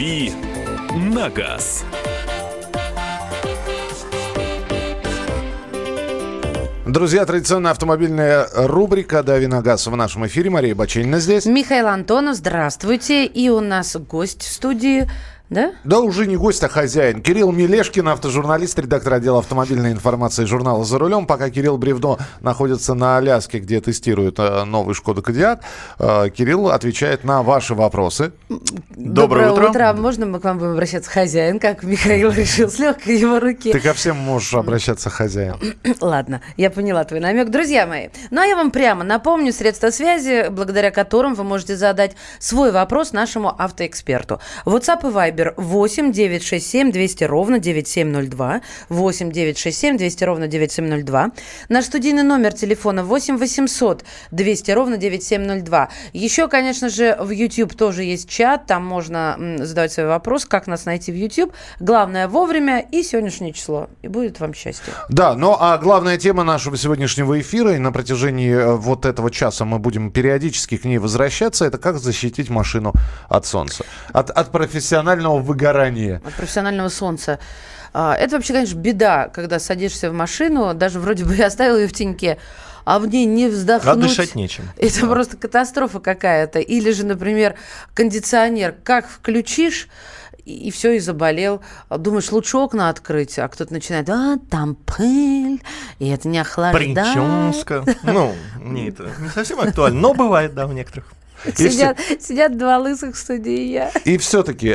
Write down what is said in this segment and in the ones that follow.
«Дави на газ». Друзья, традиционная автомобильная рубрика «Дави на газ» в нашем эфире. Мария Баченина здесь. Михаил Антонов, здравствуйте. И у нас гость в студии. Да? Да, уже не гость, а хозяин. Кирилл Мелешкин, автожурналист, редактор отдела автомобильной информации журнала «За рулем». Пока Кирилл Бревдо находится на Аляске, где тестирует новый «Шкода Кодиак», Кирилл отвечает на ваши вопросы. Доброе утро. Можно мы к вам будем обращаться хозяин, как Михаил решил, с легкой его руки? Ты ко всем можешь обращаться хозяин. Ладно, я поняла твой намек. Друзья мои, ну а я вам прямо напомню средства связи, благодаря которым вы можете задать свой вопрос нашему автоэксперту. WhatsApp и Viber 8 967 200 ровно 9702, 8 967 200 ровно 9702. Наш студийный номер телефона 8 800 200 ровно 9702. Еще, конечно же, в YouTube тоже есть чат, там можно задавать свои вопросы, как нас найти в YouTube. Главное вовремя и сегодняшнее число, и будет вам счастье. Да, ну а главная тема нашего сегодняшнего эфира, и на протяжении вот этого часа мы будем периодически к ней возвращаться, это как защитить машину от солнца, от профессионального выгорания. От профессионального солнца. Это вообще, конечно, беда, когда садишься в машину, даже вроде бы я оставил ее в теньке, а в ней не вздохнуть. А дышать нечем. Это просто катастрофа какая-то. Или же, например, кондиционер. Как включишь, и все, и заболел. Думаешь, лучше окна открыть, а кто-то начинает, там пыль, и это не охлаждает. Прическа. Ну, мне это не совсем актуально, но бывает, да, у некоторых. Сидят два лысых в студии, и я. И все-таки,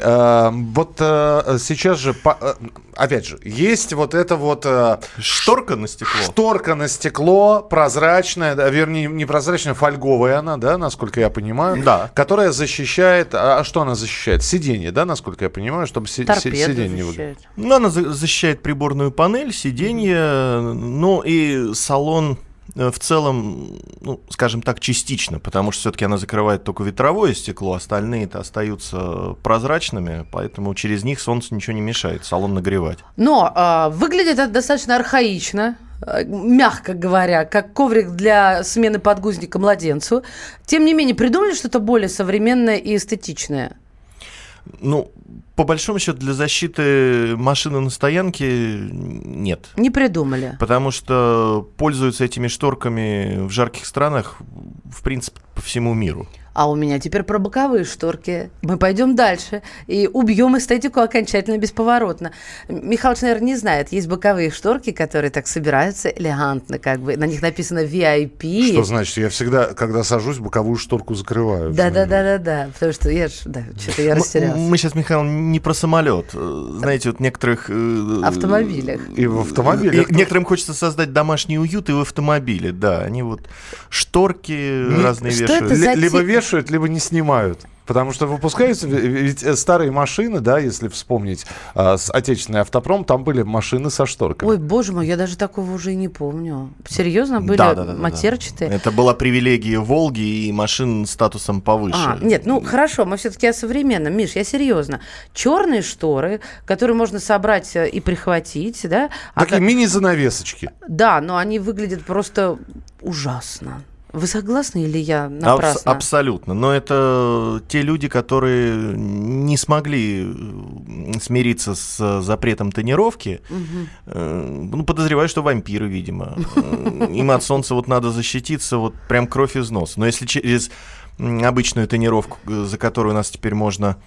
сейчас же, опять же, есть вот это вот... Шторка на стекло. Шторка на стекло, прозрачная, вернее, не прозрачная, фольговая она, да, насколько я понимаю. Да. Которая защищает... А что она защищает? Сиденье, да, насколько я понимаю, чтобы сиденье не выглядит. Ну, она защищает приборную панель, сиденье, ну и салон... В целом, ну, скажем так, частично, потому что все-таки она закрывает только ветровое стекло, остальные-то остаются прозрачными, поэтому через них солнце ничего не мешает, салон нагревать. Но выглядит это достаточно архаично, мягко говоря, как коврик для смены подгузника младенцу. Тем не менее, придумали что-то более современное и эстетичное? Ну, по большому счету, для защиты машины на стоянке нет. Не придумали. Потому что пользуются этими шторками в жарких странах, в принципе, по всему миру. А у меня теперь про боковые шторки. Мы пойдем дальше и убьем эстетику окончательно бесповоротно. Михалыч, наверное, не знает. Есть боковые шторки, которые так собираются элегантно, как бы. На них написано VIP. Что значит? Я всегда, когда сажусь, боковую шторку закрываю. Да. Потому что что-то я растерялась. Мы сейчас, Михаил, не про самолет. Знаете, вот в некоторых... автомобилях. И в автомобилях. Некоторым хочется создать домашний уют и в автомобиле, да. Они вот шторки разные вешают. Либо вешают, либо не снимают. Потому что выпускаются, ведь старые машины, да, если вспомнить отечественный автопром, там были машины со шторками. Ой, боже мой, я даже такого уже и не помню. Серьезно, были матерчатые? Да. Это была привилегия «Волги» и машин с статусом повыше. Нет, ну хорошо, мы все-таки о современном. Миш, я серьезно. Черные шторы, которые можно собрать и прихватить, да? Такие мини-занавесочки. Да, но они выглядят просто ужасно. Вы согласны или я напрасно? Абсолютно. Но это те люди, которые не смогли смириться с запретом тонировки. Ну, подозреваю, что вампиры, видимо. Им от солнца вот надо защититься, вот прям кровь из носа. Но если через обычную тонировку, за которую у нас теперь можно...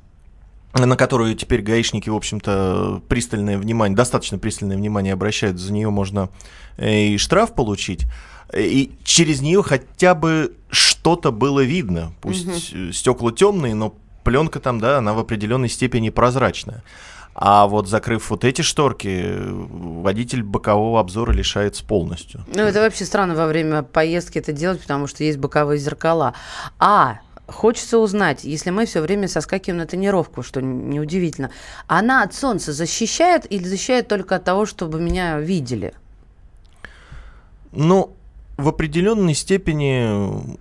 на которую теперь гаишники, в общем-то, достаточно пристальное внимание обращают, за нее можно и штраф получить, и через нее хотя бы что-то было видно. Пусть стекла темные, но пленка там, да, она в определенной степени прозрачная. А вот закрыв вот эти шторки, водитель бокового обзора лишается полностью. Ну, это вообще странно во время поездки это делать, потому что есть боковые зеркала. Хочется узнать, если мы все время соскакиваем на тонировку, что неудивительно, она от солнца защищает или защищает только от того, чтобы меня видели? Ну, в определенной степени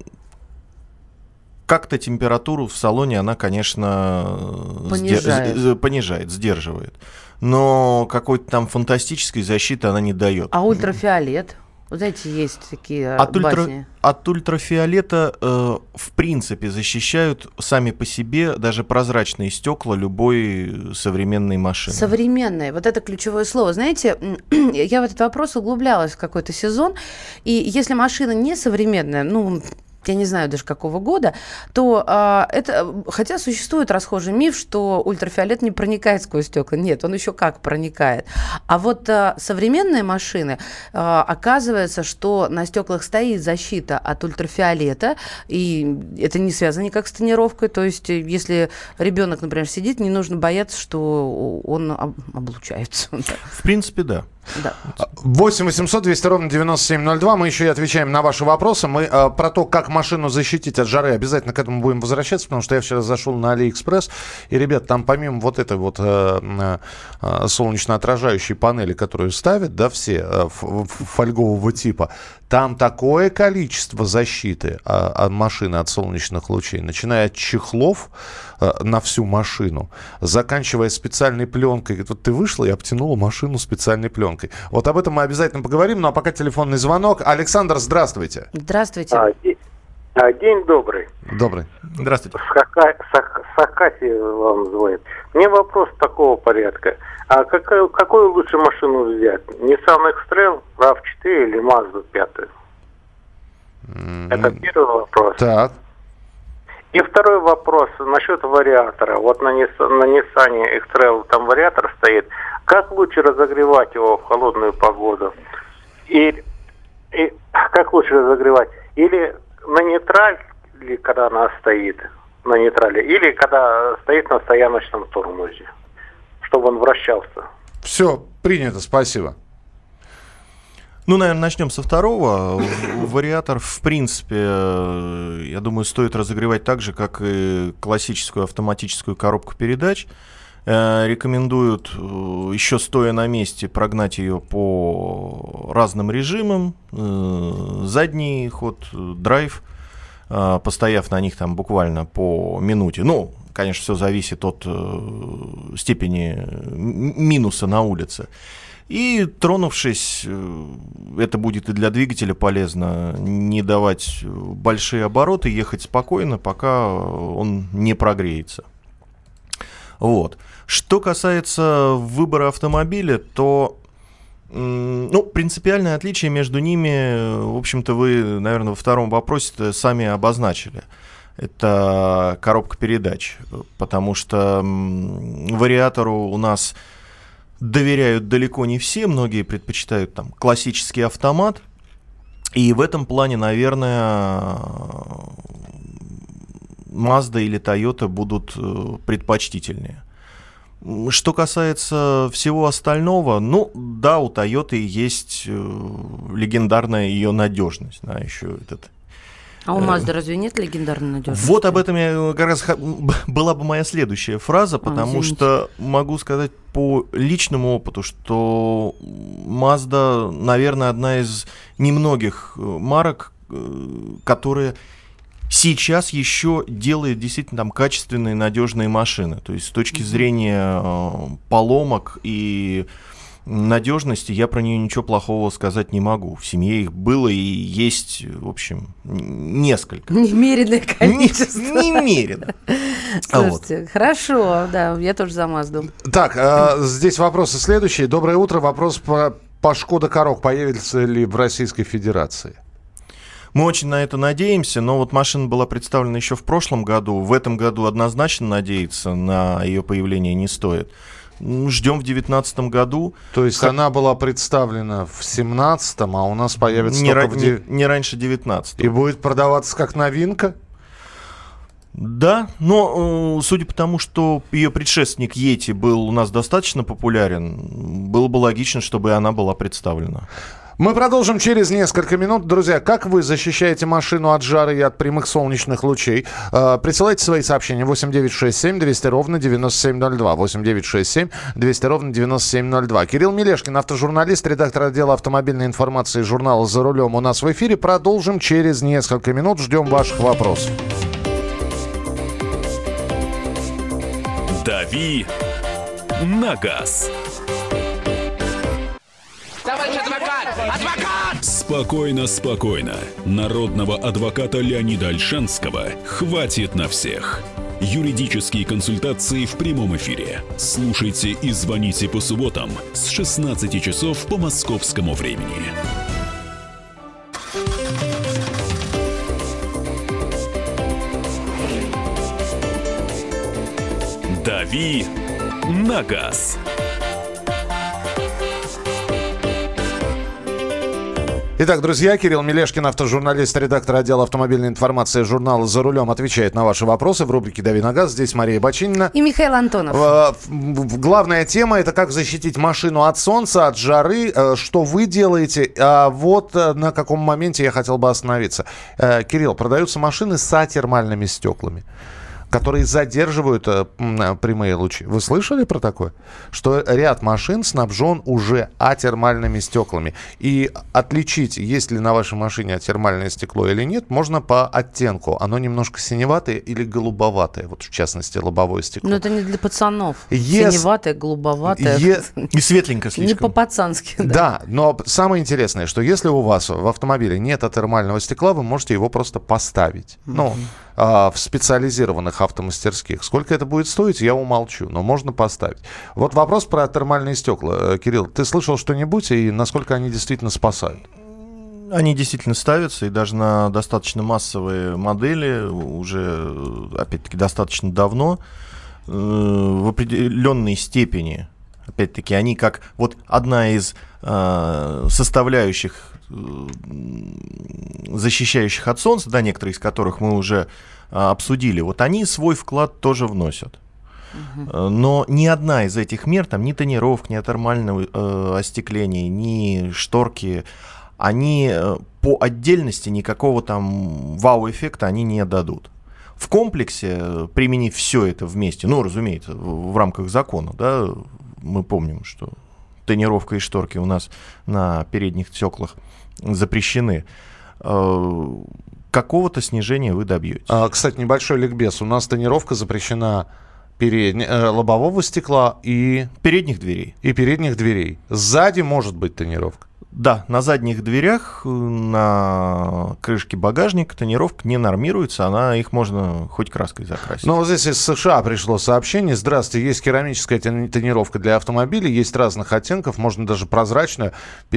как-то температуру в салоне она, конечно, понижает, сдерживает. Но какой-то там фантастической защиты она не дает. А ультрафиолет? Вот знаете, есть такие басни. От ультрафиолета в принципе защищают сами по себе даже прозрачные стекла любой современной машины. Современные, вот это ключевое слово. Знаете, я в этот вопрос углублялась в какой-то сезон, и если машина не современная, я не знаю даже какого года, то хотя существует расхожий миф, что ультрафиолет не проникает сквозь стекла. Нет, он еще как проникает. А вот современные машины, оказывается, что на стеклах стоит защита от ультрафиолета, и это не связано никак с тонировкой. То есть, если ребенок, например, сидит, не нужно бояться, что он облучается. В принципе, да. Да. 8 800 200 ровно 9702. Мы еще и отвечаем на ваши вопросы. Мы про то, как машину защитить от жары, обязательно к этому будем возвращаться, потому что я вчера зашел на Алиэкспресс, и, ребят, там помимо вот этой вот солнечно-отражающей панели, которую ставят, да, все фольгового типа, там такое количество защиты от машины от солнечных лучей, начиная от чехлов на всю машину, заканчивая специальной пленкой. Вот ты вышла и обтянула машину специальной пленкой. Вот об этом мы обязательно поговорим, ну а пока телефонный звонок. Александр, здравствуйте. Здравствуйте. День добрый. Добрый. Здравствуйте. Хакасия вам звонит. Мне вопрос такого порядка. А какую лучше машину взять? Nissan X-Trail, RAV4 или Mazda 5? Это первый вопрос. Так. И второй вопрос насчет вариатора. Вот на Nissan X-Trail там вариатор стоит. Как лучше разогревать его в холодную погоду? И как лучше разогревать? Или на нейтрале, когда она стоит на нейтрале, или когда стоит на стояночном тормозе, чтобы он вращался? Все, принято, спасибо. Наверное, начнем со второго. Вариатор, в принципе, я думаю, стоит разогревать так же, как и классическую автоматическую коробку передач. Рекомендуют, еще стоя на месте, прогнать ее по разным режимам. Задний ход, драйв, постояв на них там буквально по минуте. Конечно, все зависит от степени минуса на улице. И тронувшись, это будет и для двигателя полезно, не давать большие обороты, ехать спокойно, пока он не прогреется. Вот. Что касается выбора автомобиля, то принципиальное отличие между ними, в общем-то, вы, наверное, во втором вопросе сами обозначили. Это коробка передач, потому что вариатору у нас доверяют далеко не все, многие предпочитают там классический автомат, и в этом плане, наверное, Mazda или Toyota будут предпочтительнее. Что касается всего остального, да, у Toyota есть легендарная ее надежность, да, еще этот. А у Mazda разве нет легендарной надежности? Вот об этом как раз была бы моя следующая фраза, потому что могу сказать по личному опыту, что Mazda, наверное, одна из немногих марок, которые сейчас еще делает действительно там качественные, надежные машины. То есть с точки зрения поломок и надежности я про нее ничего плохого сказать не могу. В семье их было и есть, в общем, несколько. Немеренное количество. Немерено. Слушайте, хорошо, да, я тоже за Мазду. Так, здесь вопросы следующие. Доброе утро. Вопрос по Шкода Корок. Появится ли в Российской Федерации? Мы очень на это надеемся, но вот машина была представлена еще в прошлом году. В этом году однозначно надеяться на ее появление не стоит. Ждем в 2019 году. То есть она была представлена в 2017, а у нас появится не раньше 2019. И будет продаваться как новинка? Да, но судя по тому, что ее предшественник Yeti был у нас достаточно популярен, было бы логично, чтобы и она была представлена. Мы продолжим через несколько минут. Друзья, как вы защищаете машину от жары и от прямых солнечных лучей? Присылайте свои сообщения 8967 200 ровно 9702. 8967 200 ровно 9702. Кирилл Мелешкин, автожурналист, редактор отдела автомобильной информации журнала «За рулем» у нас в эфире. Продолжим через несколько минут. Ждем ваших вопросов. «Дави на газ». Давай Спокойно, спокойно. Народного адвоката Леонида Ольшанского хватит на всех. Юридические консультации в прямом эфире. Слушайте и звоните по субботам с 16 часов по московскому времени. «Дави на газ». Итак, друзья, Кирилл Мелешкин, автожурналист, редактор отдела автомобильной информации журнала «За рулем», отвечает на ваши вопросы в рубрике «Дави на газ». Здесь Мария Бочинина. И Михаил Антонов. Главная тема – это как защитить машину от солнца, от жары. Что вы делаете? Вот на каком моменте я хотел бы остановиться. Кирилл, продаются машины с атермальными стеклами, которые задерживают прямые лучи. Вы слышали про такое? Что ряд машин снабжен уже атермальными стеклами. И отличить, есть ли на вашей машине атермальное стекло или нет, можно по оттенку. Оно немножко синеватое или голубоватое. Вот в частности, лобовое стекло. Но это не для пацанов. Синеватое, голубоватое. И светленько слишком. Не по-пацански. Да, но самое интересное, что если у вас в автомобиле нет атермального стекла, вы можете его просто поставить. В специализированных автомастерских. Сколько это будет стоить, я умолчу, но можно поставить. Вот вопрос про термальные стекла. Кирилл, ты слышал что-нибудь и насколько они действительно спасают? Они действительно ставятся, и даже на достаточно массовые модели уже, опять-таки, достаточно давно, в определенной степени, опять-таки, они как вот одна из составляющих, защищающих от солнца, да, некоторые из которых мы уже обсудили, вот они свой вклад тоже вносят. Но ни одна из этих мер, там ни тонировка, ни атермального остекления, ни шторки, они по отдельности никакого там вау-эффекта они не дадут. В комплексе, применив все это вместе, ну, разумеется, в рамках закона, да, мы помним, что тонировка и шторки у нас на передних стеклах запрещены, какого-то снижения вы добьетесь. Кстати, небольшой ликбез. У нас тонировка запрещена лобового стекла и передних дверей. И передних дверей. Сзади может быть тонировка. Да, на задних дверях, на крышке багажника тонировка не нормируется, их можно хоть краской закрасить. Ну, вот здесь из США пришло сообщение. Здравствуйте, есть керамическая тонировка для автомобилей, есть разных оттенков, можно даже прозрачную,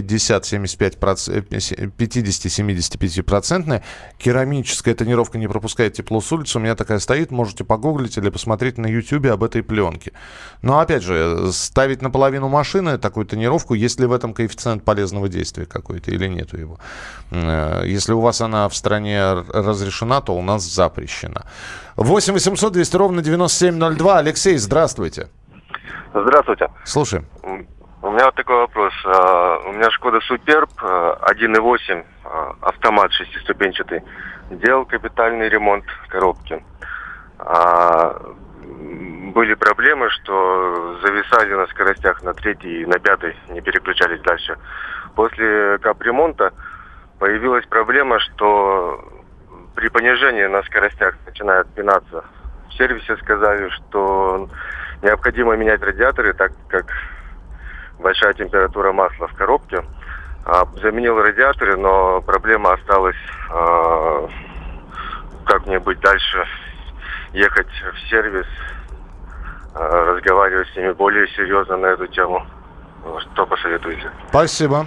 50-75%, керамическая тонировка не пропускает тепло с улицы, у меня такая стоит, можете погуглить или посмотреть на YouTube об этой пленке. Но, опять же, ставить наполовину машины такую тонировку, есть ли в этом коэффициент полезного действия какое-то или нету его. Если у вас она в стране разрешена, то у нас запрещена. 8 800 200 ровно 9702. Алексей, здравствуйте. Здравствуйте. Слушаем. У меня вот такой вопрос. У меня Шкода Суперб 1.8, автомат шестиступенчатый. Делал капитальный ремонт коробки. Были проблемы, что зависали на скоростях на 3 и на 5, не переключались дальше. После капремонта появилась проблема, что при понижении на скоростях начинает пинаться. В сервисе сказали, что необходимо менять радиаторы, так как большая температура масла в коробке. Заменил радиаторы, но проблема осталась. Как мне быть дальше? Ехать в сервис, разговаривать с ними более серьезно на эту тему. Что посоветуете? Спасибо.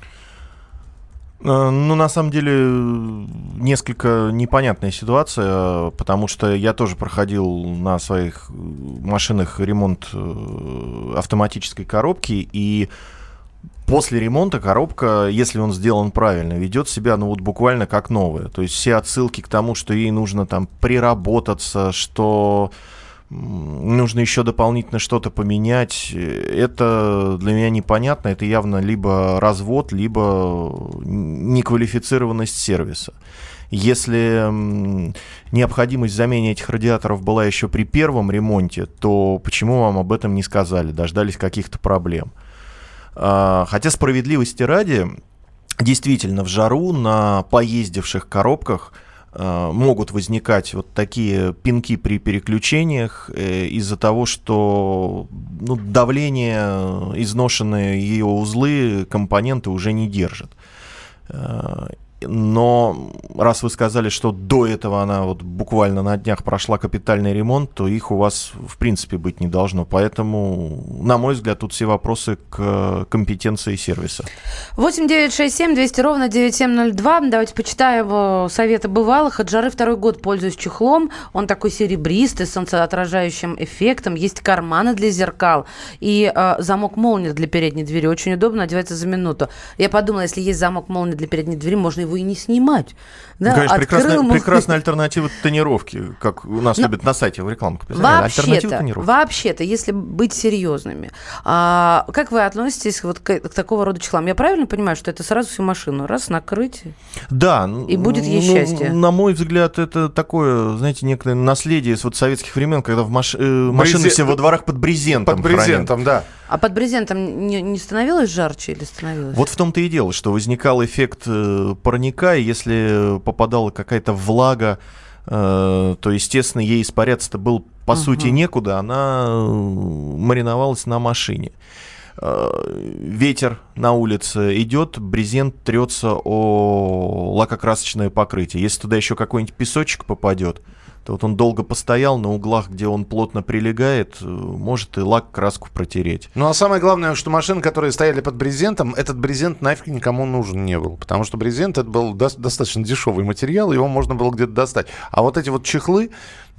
Ну, на самом деле, несколько непонятная ситуация, потому что я тоже проходил на своих машинах ремонт автоматической коробки, и после ремонта коробка, если он сделан правильно, ведет себя, ну, вот буквально как новая. То есть все отсылки к тому, что ей нужно там приработаться, что нужно еще дополнительно что-то поменять, это для меня непонятно. Это явно либо развод, либо неквалифицированность сервиса. Если необходимость замены этих радиаторов была еще при первом ремонте, то почему вам об этом не сказали, дождались каких-то проблем? Хотя, справедливости ради, действительно, в жару на поездивших коробках могут возникать вот такие пинки при переключениях из-за того, что давление, изношенные ее узлы, компоненты уже не держат. Но раз вы сказали, что до этого она вот буквально на днях прошла капитальный ремонт, то их у вас в принципе быть не должно. Поэтому, на мой взгляд, тут все вопросы к компетенции сервиса. 8-967-200-97-02. Давайте почитаем советы бывалых. От жары 2-й год пользуюсь чехлом. Он такой серебристый, с солнцеотражающим эффектом. Есть карманы для зеркал. И замок-молния для передней двери. Очень удобно, одевается за минуту. Я подумала, если есть замок-молния для передней двери, можно его и не снимать. Да? Конечно, прекрасная альтернатива тонировки, как у нас любят на сайте в рекламах писать. Вообще-то, если быть серьезными, как вы относитесь вот к такого рода чехлам? Я правильно понимаю, что это сразу всю машину раз накрыть? Да. И будет ей счастье. На мой взгляд, это такое, знаете, некое наследие с вот советских времен, когда машины все во дворах под брезентом. Под брезентом, да. А под брезентом не становилось жарче или становилось? Вот в том-то и дело, что возникал эффект парника, и если попадала какая-то влага, то, естественно, ей испаряться-то было, по сути, некуда, она мариновалась на машине. Ветер на улице идет, брезент трется о лакокрасочное покрытие. Если туда еще какой-нибудь песочек попадет, то вот он долго постоял на углах, где он плотно прилегает, может и лак-краску протереть. Ну, а самое главное, что машины, которые стояли под брезентом, этот брезент нафиг никому нужен не был. Потому что брезент, это был достаточно дешевый материал, его можно было где-то достать. А вот эти вот чехлы,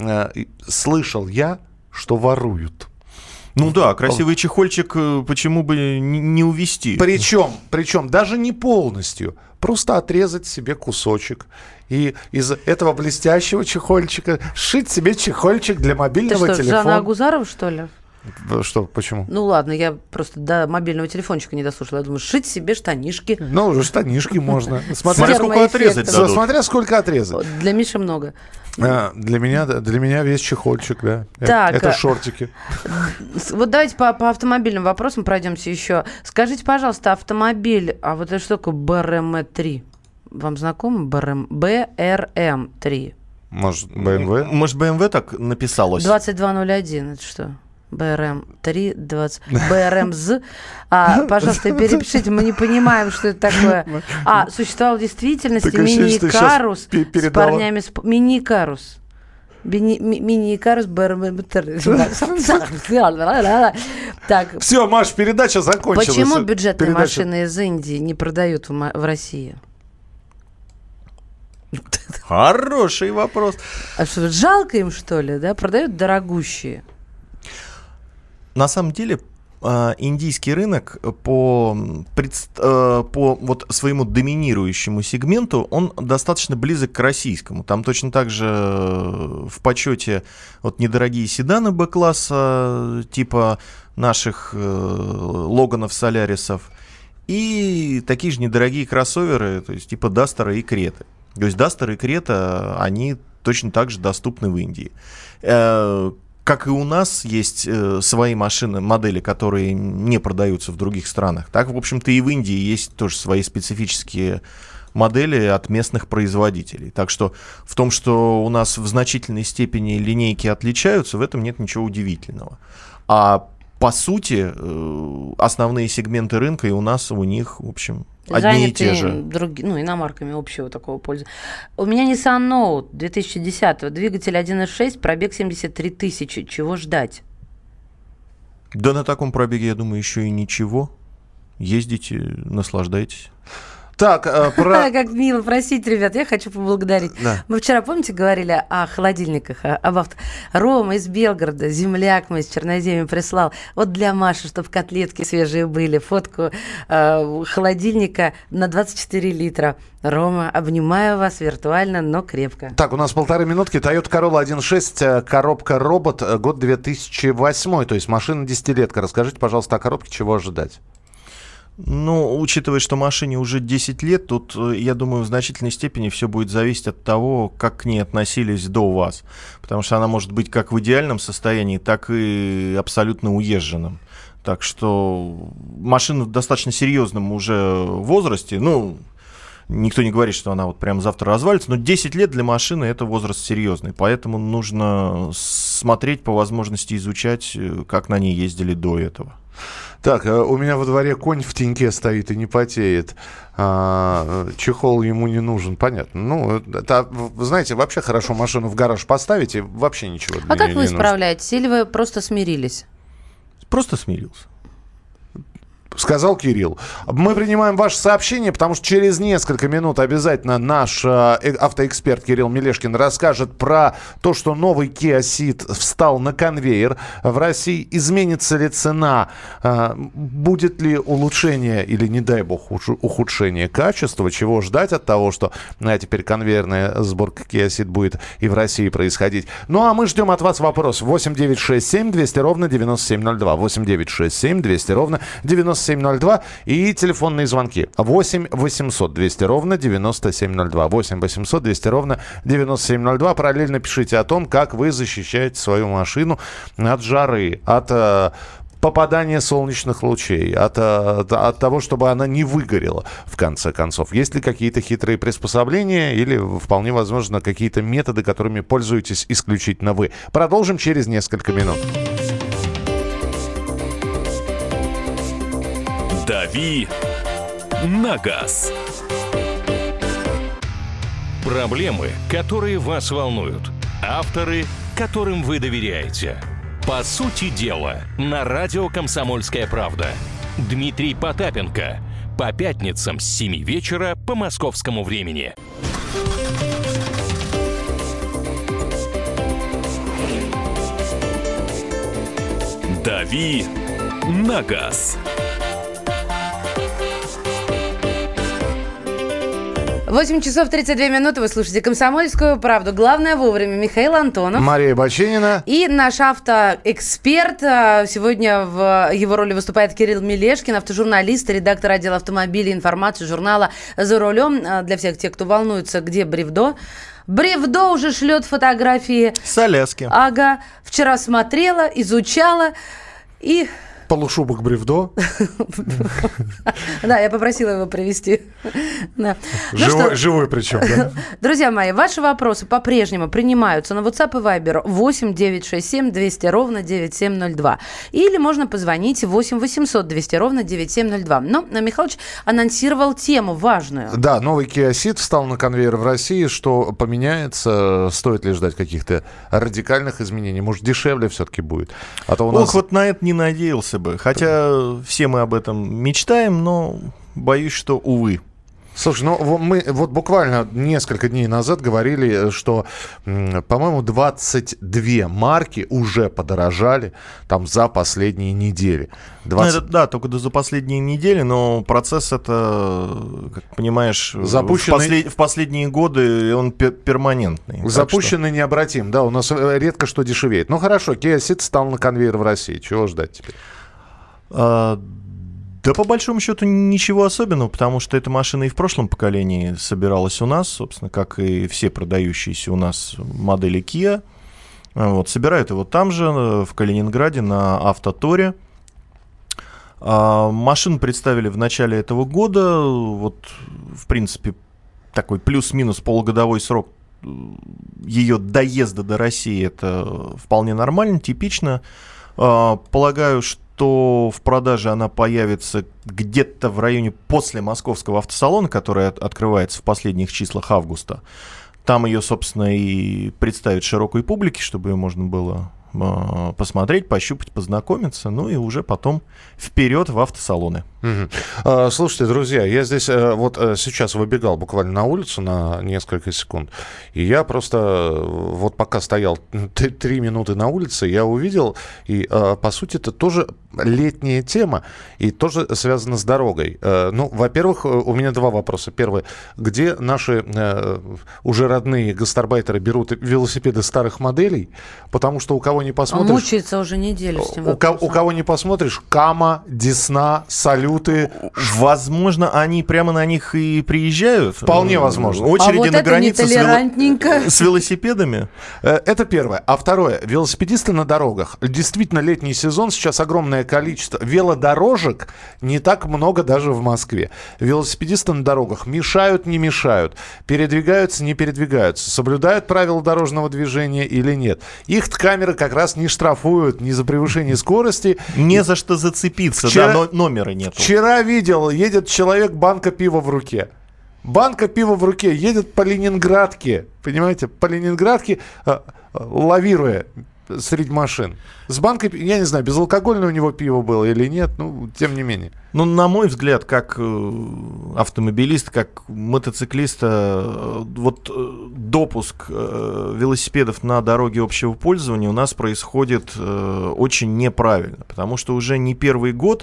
слышал я, что воруют. Ну да, красивый чехольчик почему бы не увезти? Причем даже не полностью. Просто отрезать себе кусочек. И из этого блестящего чехольчика сшить себе чехольчик для мобильного телефона. Ты что, Жанна Агузарова, что ли? Что, почему? Ну ладно, я просто до мобильного телефончика не дослушала. Я думаю, сшить себе штанишки. Ну, уже штанишки можно. Смотря сколько отрезать дадут. Смотря сколько отрезать. Для Миши много. Для меня весь чехольчик, да. Так, это шортики. Вот давайте по автомобильным вопросам пройдемся еще. Скажите, пожалуйста, автомобиль, а вот это что такое БРМ-3? Вам знакомо БРМ-3? Может, BMW? Может, BMW так написалось? 2201, это что? БРМ-3, 20... БРМЗ. Пожалуйста, перепишите, мы не понимаем, что это такое. Существовал в действительности мини-карус с парнями... Мини-карус. Мини-карус БРМ-3. Так. Все, Маш, передача закончилась. Почему бюджетные машины из Индии не продают в России? Хороший вопрос. А что, жалко им, что ли, да? Продают дорогущие. На самом деле, индийский рынок по вот своему доминирующему сегменту, он достаточно близок к российскому. Там точно так же в почете вот недорогие седаны Б-класса, типа наших Логанов, Солярисов, и такие же недорогие кроссоверы, то есть типа Дастера и Креты. То есть Дастер и Крета, они точно так же доступны в Индии. Как и у нас есть свои машины, модели, которые не продаются в других странах, так, в общем-то, и в Индии есть тоже свои специфические модели от местных производителей. Так что в том, что у нас в значительной степени линейки отличаются, в этом нет ничего удивительного. А по сути, основные сегменты рынка и у нас, и у них, в общем, одни и те же. Иномарками общего такого пользования. У меня Nissan Note 2010, двигатель 1.6, пробег 73 тысячи. Чего ждать? Да на таком пробеге, я думаю, еще и ничего. Ездите, наслаждайтесь. Так, Как мило, простите, ребят, я хочу поблагодарить. Да. Мы вчера, помните, говорили о холодильниках, об авто. Рома из Белгорода, земляк мой из Черноземья прислал. Вот для Маши, чтобы котлетки свежие были, фотку холодильника на 24 литра. Рома, обнимаю вас виртуально, но крепко. Так, у нас 1,5 минутки. Toyota Corolla 1.6, коробка робот, год 2008, то есть машина десятилетка. Расскажите, пожалуйста, о коробке, чего ожидать? Ну, учитывая, что машине уже 10 лет, тут, я думаю, в значительной степени все будет зависеть от того, как к ней относились до вас. Потому что она может быть как в идеальном состоянии, так и абсолютно уезженном. Так что машина в достаточно серьезном уже возрасте, Никто не говорит, что она вот прямо завтра развалится, но 10 лет для машины — это возраст серьезный, поэтому нужно смотреть, по возможности изучать, как на ней ездили до этого. Так, у меня во дворе конь в теньке стоит и не потеет. Чехол ему не нужен, понятно. Ну, это, вы знаете, вообще хорошо машину в гараж поставить, и вообще ничего для А как нее вы не нужно. исправляетесь? Или вы просто смирились? Просто смирился. Сказал Кирилл. Мы принимаем ваше сообщение, потому что через несколько минут обязательно наш автоэксперт Кирилл Мелешкин расскажет про то, что новый Kia Ceed встал на конвейер в России. Изменится ли цена? Будет ли улучшение или, не дай бог, ухудшение качества? Чего ждать от того, что теперь конвейерная сборка Kia Ceed будет и в России происходить? Ну, а мы ждем от вас вопрос. 8 9 6 7 200 ровно 9702. 8 9 6 7 200 ровно 9702 и телефонные звонки 8 800 200 ровно 9702. 8 800 200 ровно 9702. Параллельно пишите о том, как вы защищаете свою машину от жары, от попадания солнечных лучей, от того, чтобы она не выгорела, в конце концов. Есть ли какие-то хитрые приспособления или, вполне возможно, какие-то методы, которыми пользуетесь исключительно вы? Продолжим через несколько минут. «Дави на газ». Проблемы, которые вас волнуют. Авторы, которым вы доверяете. По сути дела, на радио «Комсомольская правда». Дмитрий Потапенко. По пятницам с 7 вечера по московскому времени. «Дави на газ». 8 часов 32 минуты. Вы слушаете «Комсомольскую правду». Главное вовремя. Михаил Антонов. Мария Баченина. И наш автоэксперт. Сегодня в его роли выступает Кирилл Мелешкин, автожурналист, редактор отдела автомобилей и информации журнала «За рулем». Для всех тех, кто волнуется, где Бревдо. Бревдо уже шлет фотографии. С Аляски. Ага. Вчера смотрела, изучала и... Полушубок Бревдо. Да, я попросила его привезти. Живой причем, да? Друзья мои, ваши вопросы по-прежнему принимаются на WhatsApp и Viber 8 967 200 ровно 9702. Или можно позвонить 8 800 200 ровно 9702. Но Михалыч анонсировал тему важную. Да, новый Kia Ceed встал на конвейер в России. Что поменяется? Стоит ли ждать каких-то радикальных изменений? Может, дешевле все-таки будет? А то у нас... Ох, вот на это не надеялся бы. Хотя все мы об этом мечтаем, но боюсь, что увы. Слушай, ну мы вот буквально несколько дней назад говорили, что, по-моему, 22 марки уже подорожали там за последние недели. 20... Ну, это, да, только за последние недели, но процесс это, как понимаешь, запущенный... в последние годы он перманентный. Запущенный необратим, да, у нас редко что дешевеет. Ну хорошо, Kia Ceed стал на конвейер в России, чего ждать теперь? Да, по большому счету, ничего особенного, потому что эта машина и в прошлом поколении собиралась у нас, собственно, как и все продающиеся у нас модели Kia. Вот, собирают его там же, в Калининграде, на Автоторе. Машину представили в начале этого года. Вот, в принципе, такой плюс-минус полугодовой срок ее доезда до России — это вполне нормально, типично. Полагаю, что в продаже она появится где-то в районе после московского автосалона, который открывается в последних числах августа. Там ее, собственно, и представят широкой публике, чтобы ее можно было посмотреть, пощупать, познакомиться, ну и уже потом вперед в автосалоны. Слушайте, друзья, я здесь вот сейчас выбегал буквально на улицу на несколько секунд, и я просто вот пока стоял 3 минуты на улице, я увидел, и по сути это тоже летняя тема, и тоже связано с дорогой. Ну, во-первых, у меня 2 вопроса. Первый, где наши уже родные гастарбайтеры берут велосипеды старых моделей, потому что у кого кого не посмотришь... Он мучается уже неделю с этим вопросом. У кого не посмотришь, Кама, Десна, Салюты. Возможно, они прямо на них и приезжают. Вполне возможно. Очереди на границе нетолерантненько. с велосипедами. Это первое. А второе. Велосипедисты на дорогах. Действительно, летний сезон. Сейчас огромное количество велодорожек. Не так много даже в Москве. Велосипедисты на дорогах мешают, не мешают. Передвигаются, не передвигаются. Соблюдают правила дорожного движения или нет. Их камеры как раз не штрафуют ни за превышение скорости. Не за что зацепиться. Да, номера нет. Вчера видел, едет человек, банка пива в руке. Банка пива в руке, едет по Ленинградке, понимаете, по Ленинградке, лавируя среди машин. С банкой, я не знаю, безалкогольное у него пиво было или нет, ну, тем не менее. Ну, на мой взгляд, как автомобилист, как мотоциклиста, вот допуск велосипедов на дороге общего пользования у нас происходит очень неправильно, потому что уже не первый год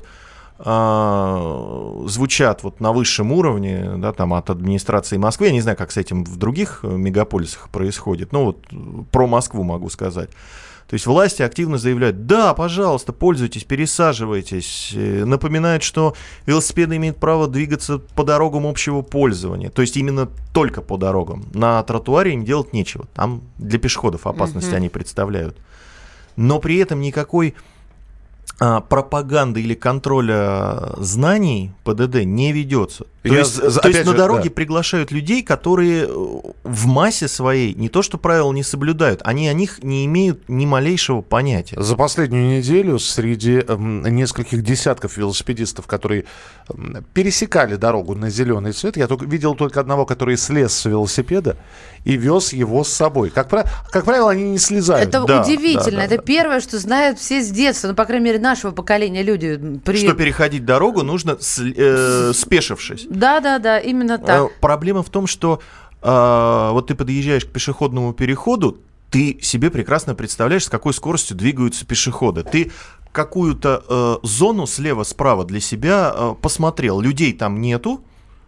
звучат вот на высшем уровне, да, там от администрации Москвы, я не знаю, как с этим в других мегаполисах происходит, но вот про Москву могу сказать. То есть власти активно заявляют: да, пожалуйста, пользуйтесь, пересаживайтесь. Напоминают, что велосипеды имеют право двигаться по дорогам общего пользования. То есть именно только по дорогам. На тротуаре им делать нечего. Там для пешеходов опасность они представляют. Но при этом никакой пропаганды или контроля знаний ПДД не ведется. То есть на дороге приглашают людей, которые в массе своей не то что правила не соблюдают, они о них не имеют ни малейшего понятия. За последнюю неделю среди нескольких десятков велосипедистов, которые пересекали дорогу на зеленый цвет, я видел только одного, который слез с велосипеда и вез его с собой. Как правило, они не слезают. Это удивительно. Это первое, что знают все с детства, ну, по крайней мере, нашего поколения люди. Что переходить дорогу нужно спешившись. Да, именно так. Проблема в том, что вот ты подъезжаешь к пешеходному переходу, ты себе прекрасно представляешь, с какой скоростью двигаются пешеходы. Ты какую-то зону слева-справа для себя посмотрел, людей там нету,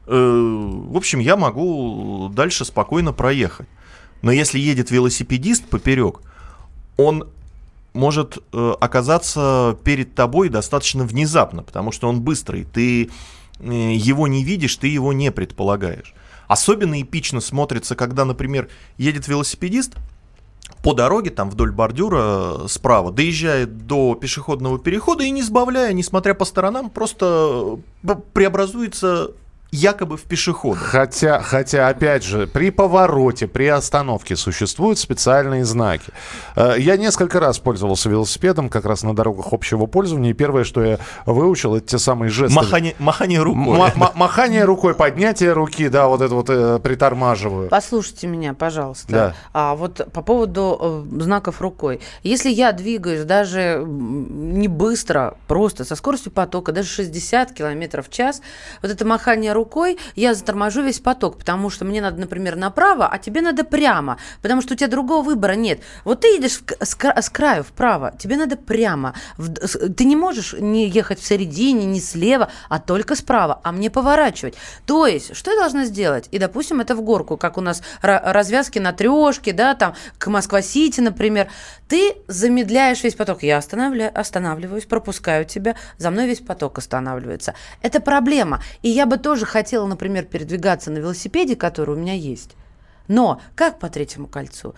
в общем, я могу дальше спокойно проехать. Но если едет велосипедист поперек, он может оказаться перед тобой достаточно внезапно, потому что он быстрый, ты его не видишь, ты его не предполагаешь. Особенно эпично смотрится, когда, например, едет велосипедист по дороге, там вдоль бордюра справа, доезжает до пешеходного перехода и, не сбавляя, не смотря по сторонам, просто преобразуется якобы в пешехода. Хотя, опять же, при повороте, при остановке существуют специальные знаки. Я несколько раз пользовался велосипедом как раз на дорогах общего пользования, и первое, что я выучил, это те самые жесты. Махание рукой. Махание рукой, поднятие руки, да, вот это вот притормаживаю. Послушайте меня, пожалуйста. Да. Вот по поводу знаков рукой. Если я двигаюсь даже не быстро, просто со скоростью потока, даже 60 км в час, вот это махание рукой, я заторможу весь поток, потому что мне надо, например, направо, а тебе надо прямо, потому что у тебя другого выбора нет. Вот ты едешь с краю вправо, тебе надо прямо. Ты не можешь не ехать в середине, не слева, а только справа, а мне поворачивать. То есть, что я должна сделать? И, допустим, это в горку, как у нас развязки на трешке, да, там, к Москва-Сити, например. Ты замедляешь весь поток. Я останавливаюсь, пропускаю тебя, за мной весь поток останавливается. Это проблема. И я бы тоже хотела, например, передвигаться на велосипеде, который у меня есть. Но как по Третьему кольцу?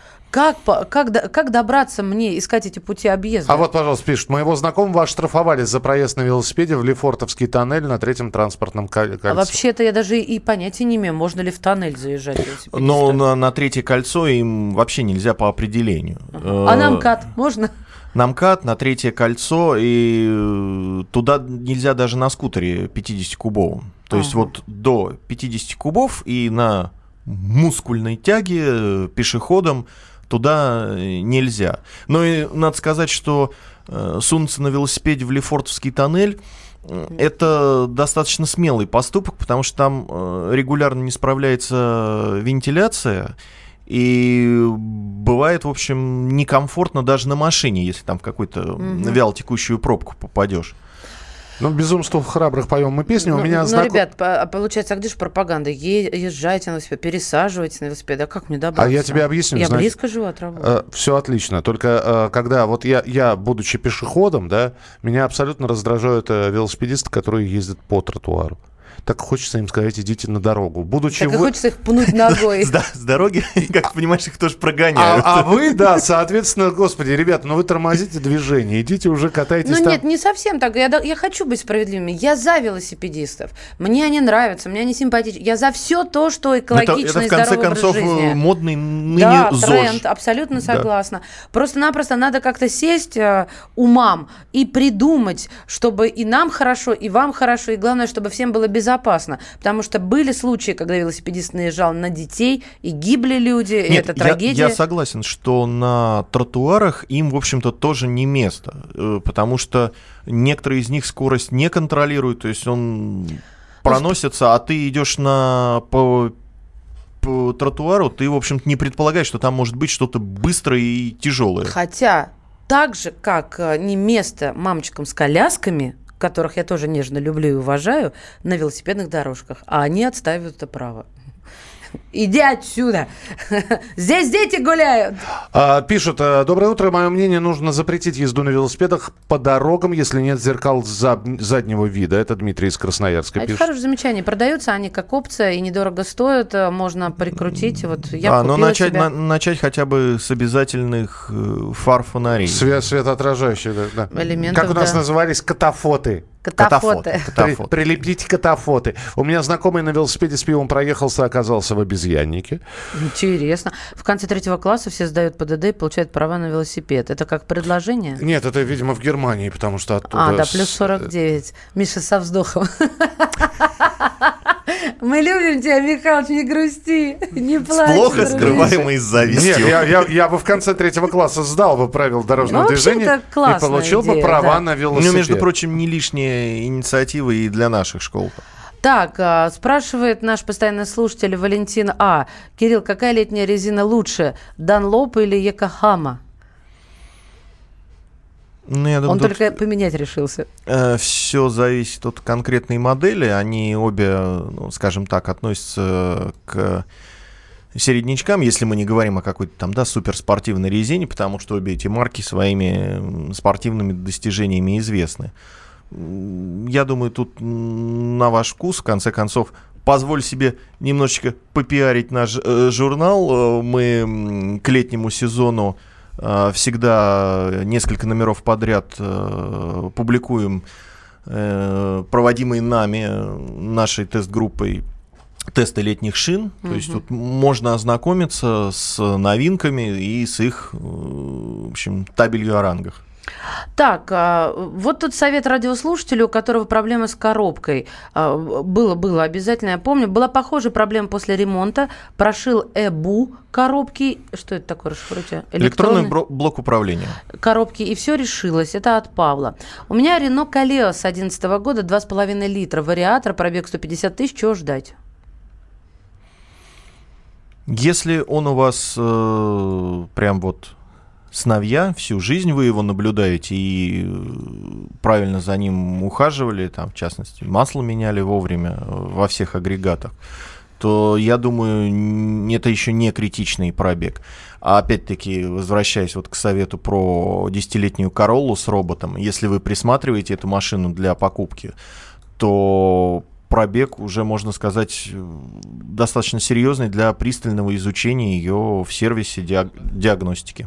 Как добраться мне, искать эти пути объезда? А вот, пожалуйста, пишут: моего знакомого оштрафовали за проезд на велосипеде в Лефортовский тоннель на Третьем транспортном кольце. А вообще-то я даже и понятия не имею, можно ли в тоннель заезжать велосипедистам. Но на Третье кольцо им вообще нельзя по определению. А на МКАД можно? На МКАД, на Третье кольцо, и туда нельзя даже на скутере 50-кубовом. То есть вот до 50 кубов и на мускульной тяге пешеходам туда нельзя. Но и надо сказать, что сунуться на велосипеде в Лефортовский тоннель — это достаточно смелый поступок, потому что там регулярно не справляется вентиляция, и бывает, в общем, некомфортно даже на машине, если там в какую-то вялотекущую пробку попадешь. Ну, «Безумство храбрых» поем мы песню. У меня ребят, получается, а где же пропаганда? Езжайте на велосипед, пересаживайтесь на велосипед. А как мне добраться? А я тебе объясню. Я близко живу от работы. Все отлично. Только когда вот я, будучи пешеходом, да, меня абсолютно раздражают велосипедисты, которые ездят по тротуару. Так хочется им сказать, идите на дорогу. Так и хочется их пнуть ногой. С дороги, как понимаешь, их тоже прогоняют. А вы, да, соответственно, господи, ребята, ну вы тормозите движение, идите уже катайтесь там. Ну нет, не совсем так. Я хочу быть справедливыми. Я за велосипедистов. Мне они нравятся, мне они симпатичны. Я за все то, что экологично и здоровый образ жизни. Это, в конце концов, модный ныне да, ЗОЖ. тренд, абсолютно согласна. Да. Просто-напросто надо как-то сесть умам и придумать, чтобы и нам хорошо, и вам хорошо, и главное, чтобы всем было безопасно. Потому что были случаи, когда велосипедист наезжал на детей, и гибли люди, и это трагедия. Я согласен, что на тротуарах им, в общем-то, тоже не место, потому что некоторые из них скорость не контролируют, то есть он проносится, а ты идешь по тротуару, ты, в общем-то, не предполагаешь, что там может быть что-то быстрое и тяжелое. Хотя, так же, как не место мамочкам с колясками, которых я тоже нежно люблю и уважаю, на велосипедных дорожках. А они отстаивают это право. Иди отсюда. Здесь дети гуляют. Пишут: доброе утро. Мое мнение, нужно запретить езду на велосипедах по дорогам, если нет зеркал заднего вида. Это Дмитрий из Красноярска пишет. Это хорошее замечание. Продаются они как опция и недорого стоят. Можно прикрутить. Вот я купила себе. Начать хотя бы с обязательных фар фонарей. Светоотражающих, да. Элементов, как у нас назывались катафоты. Катафоты. Прилепите катафоты. У меня знакомый на велосипеде с пивом проехался, оказался в обезьяннике. Интересно. В конце 3 класса все сдают ПДД и получают права на велосипед. Это как предложение? Нет, это, видимо, в Германии, потому что оттуда... да, плюс 49. Миша со вздохом. Мы любим тебя, Михалыч, не грусти, не плачь. Плохо скрываемой завистью. Нет, я бы в конце 3 класса сдал бы правила дорожного движения и получил бы права на велосипед. Ну, между прочим, не лишняя инициатива и для наших школ. Так, спрашивает наш постоянный слушатель Валентин А. Кирилл, какая летняя резина лучше, Данлоп или Якохама? Ну, я думаю, он только поменять решился. Все зависит от конкретной модели. Они обе, скажем так, относятся к середнячкам, если мы не говорим о какой-то там, суперспортивной резине, потому что обе эти марки своими спортивными достижениями известны. Я думаю, тут на ваш вкус, в конце концов, позволь себе немножечко попиарить наш журнал. Мы к летнему сезону всегда несколько номеров подряд публикуем проводимые нами, нашей тест-группой, тесты летних шин. То есть тут можно ознакомиться с новинками и с их, в общем, табелью о рангах. Так, вот тут совет радиослушателю, у которого проблема с коробкой. Было обязательно, я помню. Была похожая проблема после ремонта. Прошил ЭБУ коробки. Что это такое, расшифруйте? Электронный блок управления. Коробки, и все решилось. Это от Павла. У меня Рено Калео с 2011 года, 2,5 литра, вариатор, пробег 150 тысяч. Чего ждать? Если он у вас прям вот сновья, всю жизнь вы его наблюдаете и правильно за ним ухаживали, там, в частности, масло меняли вовремя во всех агрегатах, то, я думаю, это еще не критичный пробег. А опять-таки, возвращаясь вот к совету про 10-летнюю Короллу с роботом, если вы присматриваете эту машину для покупки, то пробег уже, можно сказать, достаточно серьезный для пристального изучения ее в сервисе диагностики.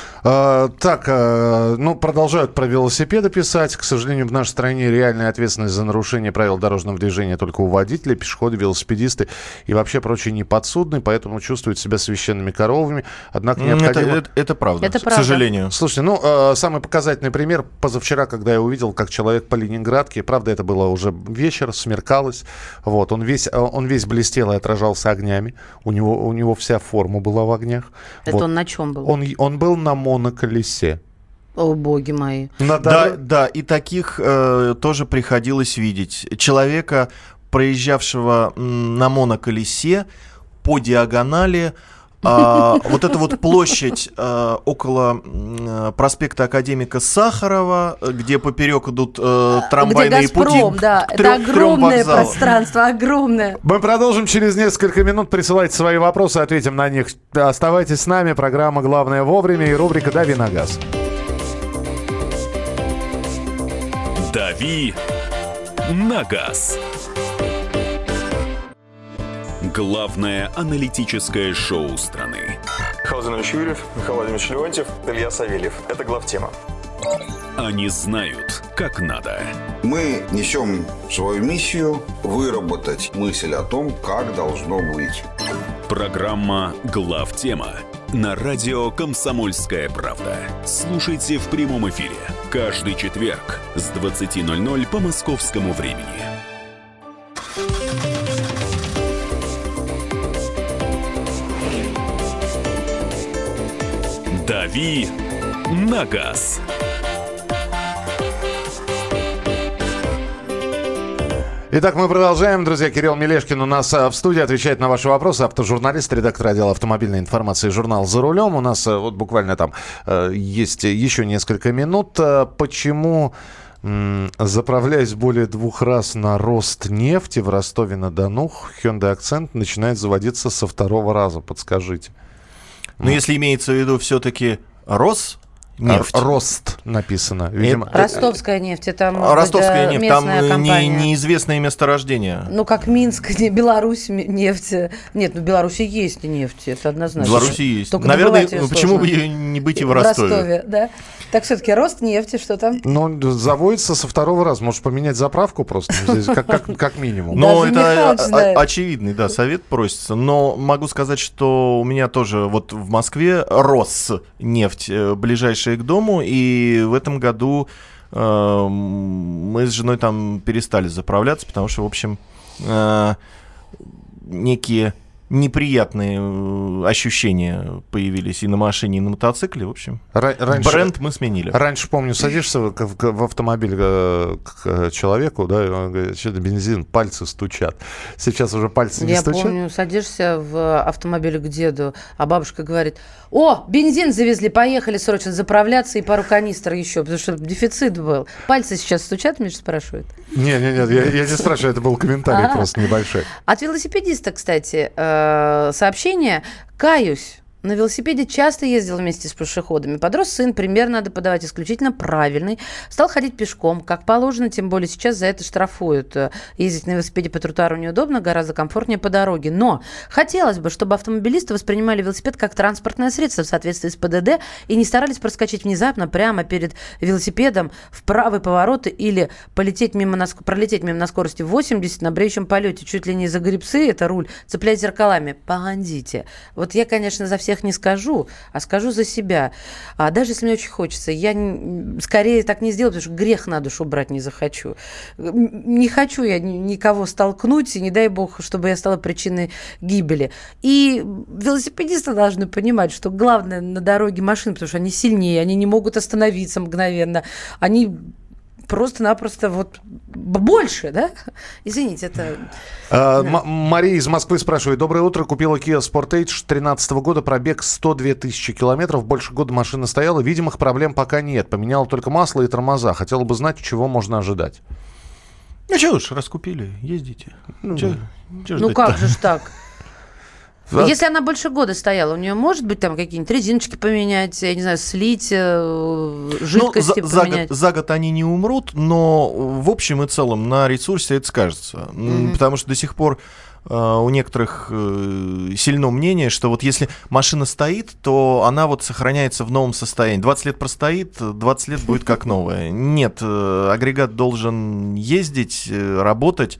Продолжают про велосипеды писать. К сожалению, в нашей стране реальная ответственность за нарушение правил дорожного движения только у водителей, пешеходы, велосипедисты и вообще прочие неподсудные, поэтому чувствуют себя священными коровами. Однако необходимо... Это правда, это к сожалению. Слушайте, самый показательный пример позавчера, когда я увидел, как человек по Ленинградке, правда, это было уже вечер, смеркалось, вот, он весь блестел и отражался огнями, у него вся форма была в огнях. Это вот. Он на чем был? Он был на моноколесе. О, боги мои. Да, и таких тоже приходилось видеть. Человека, проезжавшего на моноколесе по диагонали Вот эта вот площадь около проспекта Академика Сахарова, где поперек идут трамвайные где «Газпром», пути да, это огромное пространство, огромное. Мы продолжим через несколько минут. Присылайте свои вопросы, ответим на них. Оставайтесь с нами. Программа «Главное вовремя» и рубрика «Дави на газ». «Дави на газ». Главное аналитическое шоу страны. Михаил Владимирович Юрьев, Михаил Владимирович Леонтьев, Илья Савельев. Это главтема. Они знают, как надо. Мы несем свою миссию выработать мысль о том, как должно быть. Программа «Главтема» на радио «Комсомольская правда». Слушайте в прямом эфире каждый четверг с 20:00 по московскому времени. «Дави на газ». Итак, мы продолжаем. Друзья, Кирилл Мелешкин у нас в студии, отвечает на ваши вопросы. Автожурналист, редактор отдела автомобильной информации журнала «За рулем». У нас вот буквально там есть еще несколько минут. Почему, заправляясь более 2 раз на Ростнефти в Ростове-на-Дону, Hyundai Accent начинает заводиться со 2-го раза? Подскажите. Но если имеется в виду все-таки Роснефть. Рост написано. Видимо, Ростовская нефть, это Ростовская нефть, там компания. неизвестное месторождение. Ну, как Минск, Беларусь, нефть. Нет, ну в Беларуси есть нефть, это однозначно. В Беларуси есть. Только наверное, почему сложно. Бы ее не быть и в Ростове? В Ростове, да. Так все-таки Роснефть, что там? Ну, заводится со 2-го раза. Может, поменять заправку просто, как минимум. Но это очевидный, да, совет просится. Но могу сказать, что у меня тоже вот в Москве Роснефть ближайшая к дому, и в этом году мы с женой там перестали заправляться, потому что, в общем, некие неприятные ощущения появились и на машине, и на мотоцикле. В общем, бренд мы сменили. Раньше, помню, садишься в автомобиль к человеку, да, и он говорит, что-то бензин, пальцы стучат. Сейчас уже пальцы не стучат. Я помню, садишься в автомобиль к деду, а бабушка говорит: о, бензин завезли, поехали срочно заправляться и пару канистр еще, потому что дефицит был. Пальцы сейчас стучат, Миша спрашивает? Нет, я не спрашиваю, это был комментарий просто небольшой. От велосипедиста, кстати, сообщение. Каюсь. На велосипеде часто ездил вместе с пешеходами. Подрос сын, пример надо подавать исключительно правильный. Стал ходить пешком, как положено, тем более сейчас за это штрафуют. Ездить на велосипеде по тротуару неудобно, гораздо комфортнее по дороге. Но хотелось бы, чтобы автомобилисты воспринимали велосипед как транспортное средство в соответствии с ПДД и не старались проскочить внезапно прямо перед велосипедом в правый поворот или пролететь мимо на скорости 80 на бреющем полете. Чуть ли не за гребцы, это руль, цеплять зеркалами. Погодите. Вот я, конечно, за всех не скажу, а скажу за себя. А даже если мне очень хочется, я скорее так не сделаю, потому что грех на душу брать не захочу. Не хочу я никого столкнуть, и не дай бог, чтобы я стала причиной гибели. И велосипедисты должны понимать, что главное на дороге машины, потому что они сильнее, они не могут остановиться мгновенно, они просто-напросто вот больше, да? Извините, это... Мария из Москвы спрашивает. Доброе утро. Купила Kia Sportage 2013 года. Пробег 102 тысячи километров. Больше года машина стояла. Видимых проблем пока нет. Поменяла только масло и тормоза. Хотела бы знать, чего можно ожидать. Ну, что уж, раскупили, ездите. Ну как же ж так? Если она больше года стояла, у нее может быть там какие-нибудь резиночки поменять, я не знаю, слить, жидкости поменять? За год они не умрут, но в общем и целом на ресурсе это скажется. Потому что до сих пор у некоторых сильно мнение, что вот если машина стоит, то она вот сохраняется в новом состоянии. 20 лет простоит, 20 лет будет как новая. Нет, агрегат должен ездить, работать.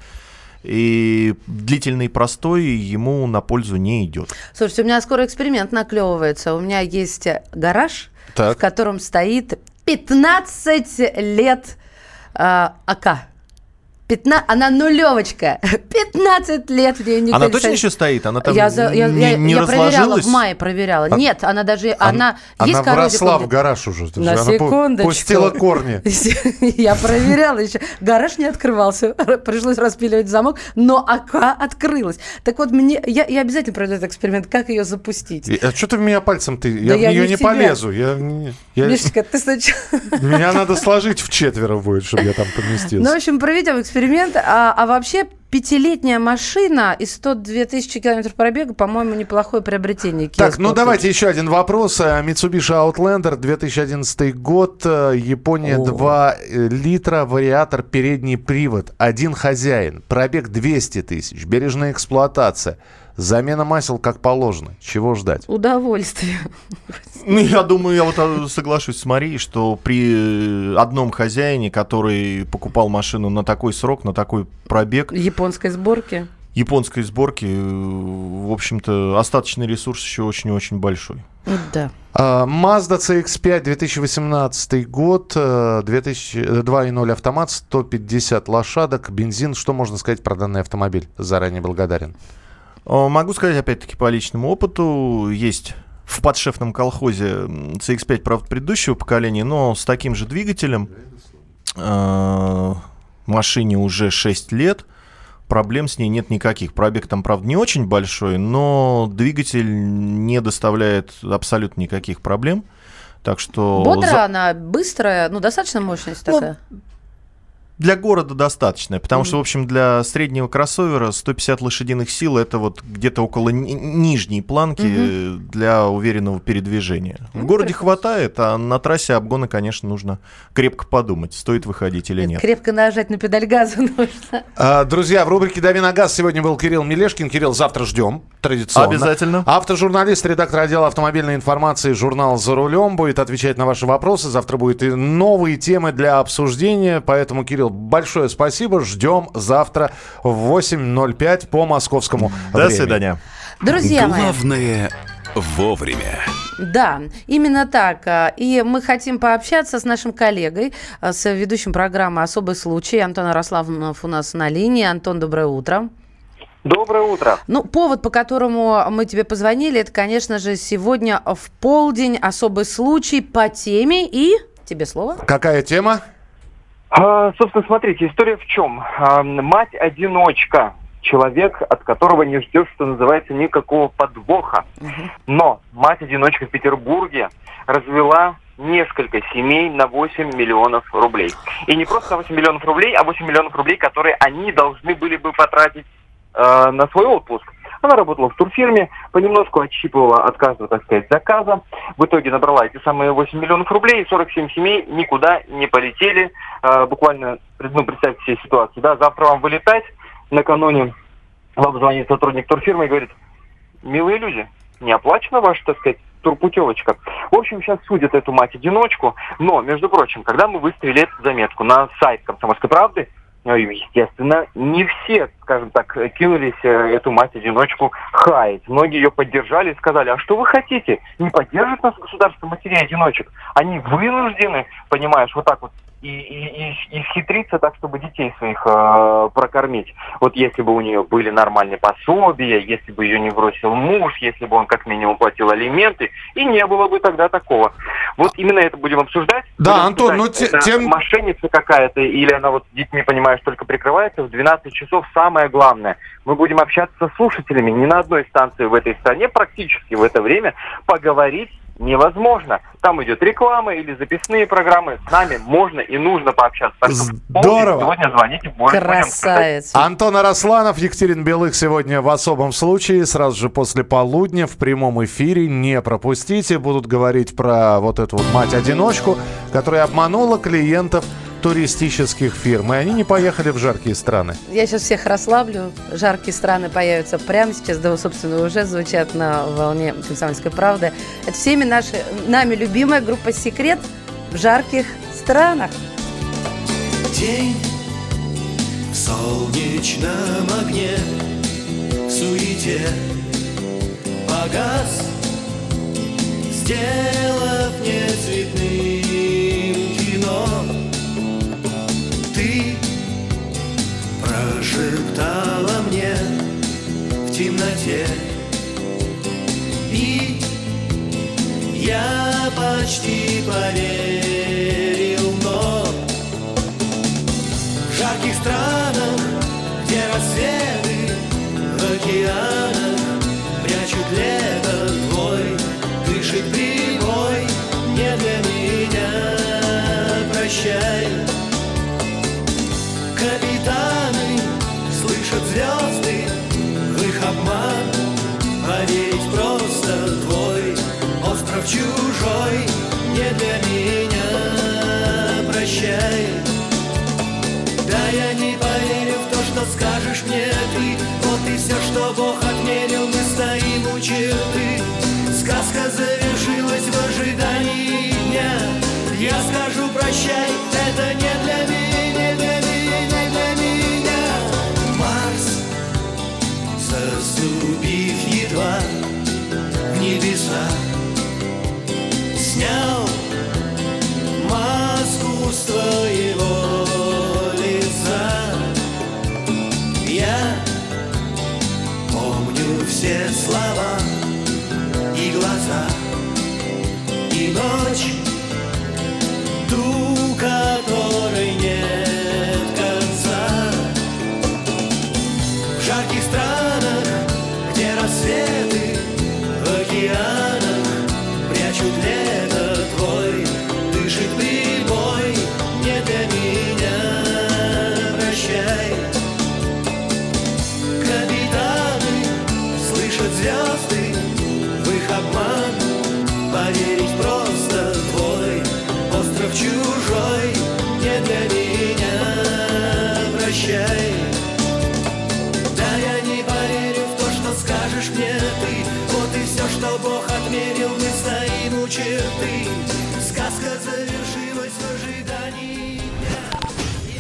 И длительный простой ему на пользу не идет. Слушайте, у меня скоро эксперимент наклевывается. У меня есть гараж, в котором стоит 15 лет АК. Она нулевочка. 15 лет в нее никто Она не точно ставит. еще стоит? Она там Я не проверяла, разложилась? в мае проверяла. Нет, она даже... Она есть вросла в гараж уже. На Она секундочку. пустила корни. Я проверяла еще. Гараж не открывался. Пришлось распиливать замок, но АК открылась. Так вот, я обязательно проведу этот эксперимент. Как ее запустить? А что ты в меня пальцем? Я в я нее не не в тебя. полезу. Мишечка, ты сначала... Меня надо сложить в четверо будет, чтобы я там поместился. Ну, в общем, проведем эксперимент. А вообще, 5-летняя машина и 102 тысячи километров пробега, по-моему, неплохое приобретение. Так, ну давайте еще один вопрос. Mitsubishi Outlander, 2011 год, Япония, 2 литра, вариатор, передний привод, один хозяин, пробег 200 тысяч, бережная эксплуатация. Замена масел как положено. Чего ждать? Удовольствие. Ну, я думаю, я вот соглашусь с Марией, что при одном хозяине, который покупал машину на такой срок, на такой пробег... Японской сборки, в общем-то, остаточный ресурс еще очень-очень большой. Да. Mazda CX-5, 2018 год, 2.0 автомат, 150 лошадок, бензин. Что можно сказать про данный автомобиль? Заранее благодарен. Могу сказать, опять-таки, по личному опыту. Есть в подшефном колхозе CX-5, правда, предыдущего поколения, но с таким же двигателем. Машине уже 6 лет. Проблем с ней нет никаких. Пробег там, правда, не очень большой, но двигатель не доставляет абсолютно никаких проблем. Так что... Бодрая она, быстрая, достаточно мощность такая? Для города достаточно, потому что, в общем, для среднего кроссовера 150 лошадиных сил — это вот где-то около нижней планки для уверенного передвижения. В городе хватает, а на трассе обгона, конечно, нужно крепко подумать, стоит выходить или нет. Крепко нажать на педаль газа нужно. Друзья, в рубрике «Дави на газ» сегодня был Кирилл Мелешкин. Кирилл, завтра ждем, традиционно. Обязательно. Автожурналист, редактор отдела автомобильной информации журнала «За рулем» будет отвечать на ваши вопросы. Завтра будут и новые темы для обсуждения, поэтому, Кирилл, большое спасибо. Ждем завтра в 8:05 по московскому времени. До свидания. Друзья мои. Главное вовремя. Да, именно так. И мы хотим пообщаться с нашим коллегой, с ведущим программы «Особый случай». Антон Арасланов у нас на линии. Антон, доброе утро. Доброе утро. Повод, по которому мы тебе позвонили, это, конечно же, сегодня в полдень особый случай по теме. И тебе слово. Какая тема? Собственно, смотрите, история в чем? Мать-одиночка. Человек, от которого не ждешь, что называется, никакого подвоха. Но мать-одиночка в Петербурге развела несколько семей на 8 миллионов рублей. И не просто на 8 миллионов рублей, а 8 миллионов рублей, которые они должны были бы потратить на свой отпуск. Она работала в турфирме, понемножку отщипывала от каждого, так сказать, заказа. В итоге набрала эти самые 8 миллионов рублей, и 47 семей никуда не полетели. Буквально, представьте себе ситуацию, да, завтра вам вылетать, накануне вам звонит сотрудник турфирмы и говорит: милые люди, не оплачена ваша, так сказать, турпутевочка. В общем, сейчас судят эту мать-одиночку, но, между прочим, когда мы выставили эту заметку на сайт «Комсомольской правды», естественно, не все, скажем так, кинулись эту мать-одиночку хаять. Многие ее поддержали и сказали: а что вы хотите? Не поддержит нас государство матерей-одиночек? Они вынуждены, понимаешь, вот так вот и схитриться так, чтобы детей своих прокормить. Вот если бы у нее были нормальные пособия, если бы ее не бросил муж, если бы он как минимум платил алименты, и не было бы тогда такого. Вот именно это будем обсуждать. Да, будем Антон, обсуждать, это мошенница какая-то, или она вот детьми, понимаешь, только прикрывается. В 12 часов самое главное. Мы будем общаться со слушателями. Ни на одной станции в этой стране практически в это время поговорить невозможно. Там идет реклама или записные программы. С нами можно и нужно пообщаться. Так что здорово. Сегодня звоните. Красавец. Антон Арасланов, Екатерина Белых сегодня в особом случае. Сразу же после полудня в прямом эфире. Не пропустите. Будут говорить про вот эту вот мать-одиночку, которая обманула клиентов туристических фирм, и они не поехали в жаркие страны. Я сейчас всех расслаблю. Жаркие страны появятся прямо сейчас, да, собственно, уже звучат на волне «Комсомольской правды». Это всеми нами любимая группа «Секрет» в жарких странах. День в солнечном огне, в суете погас, сделав нецветным кино. Ты И я почти поверил, но в жарких странах, где рассветы в океанах прячут лето, твой дышит прибой, не для меня, прощай. Капитаны слышат звезды, в их обман поверить просто, твой остров чужой, не для меня, прощай. Да, я не поверю в то, что скажешь мне ты. Вот и все, что Бог отмерил, мы стоим у черты. Сказка завершилась в ожидании дня. Я скажу прощай, это не для меня, не для меня, не для меня. Марс, заступив едва в небеса, снял маску с твоего лица. Я помню все слова и глаза, и ночь, ту, которой нет конца. В жарких странах, где рассветы в океанах прячут лето, твой дышит прибой, не для меня, прощай. Капитаны слышат звезды, в их обман поверить просто, твой остров чужой, не для меня, прощай. Да, я не поверю в то, что скажешь мне ты. Вот и все, что Бог отмерил, мы стоим у черты. Сказка завершилась в ожидании дня.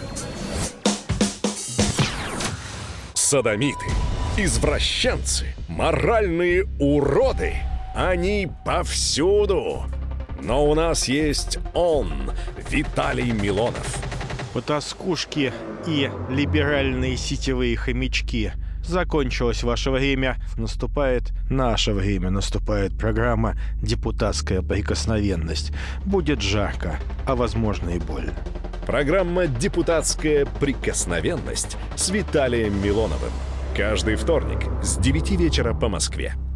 Содомиты, извращенцы, моральные уроды. Они повсюду. Но у нас есть он, Виталий Милонов. Потаскушки и либеральные сетевые хомячки. Закончилось ваше время, наступает наше время, наступает программа «Депутатская прикосновенность». Будет жарко, а возможно и больно. Программа «Депутатская прикосновенность» с Виталием Милоновым. Каждый вторник с 9 вечера по Москве.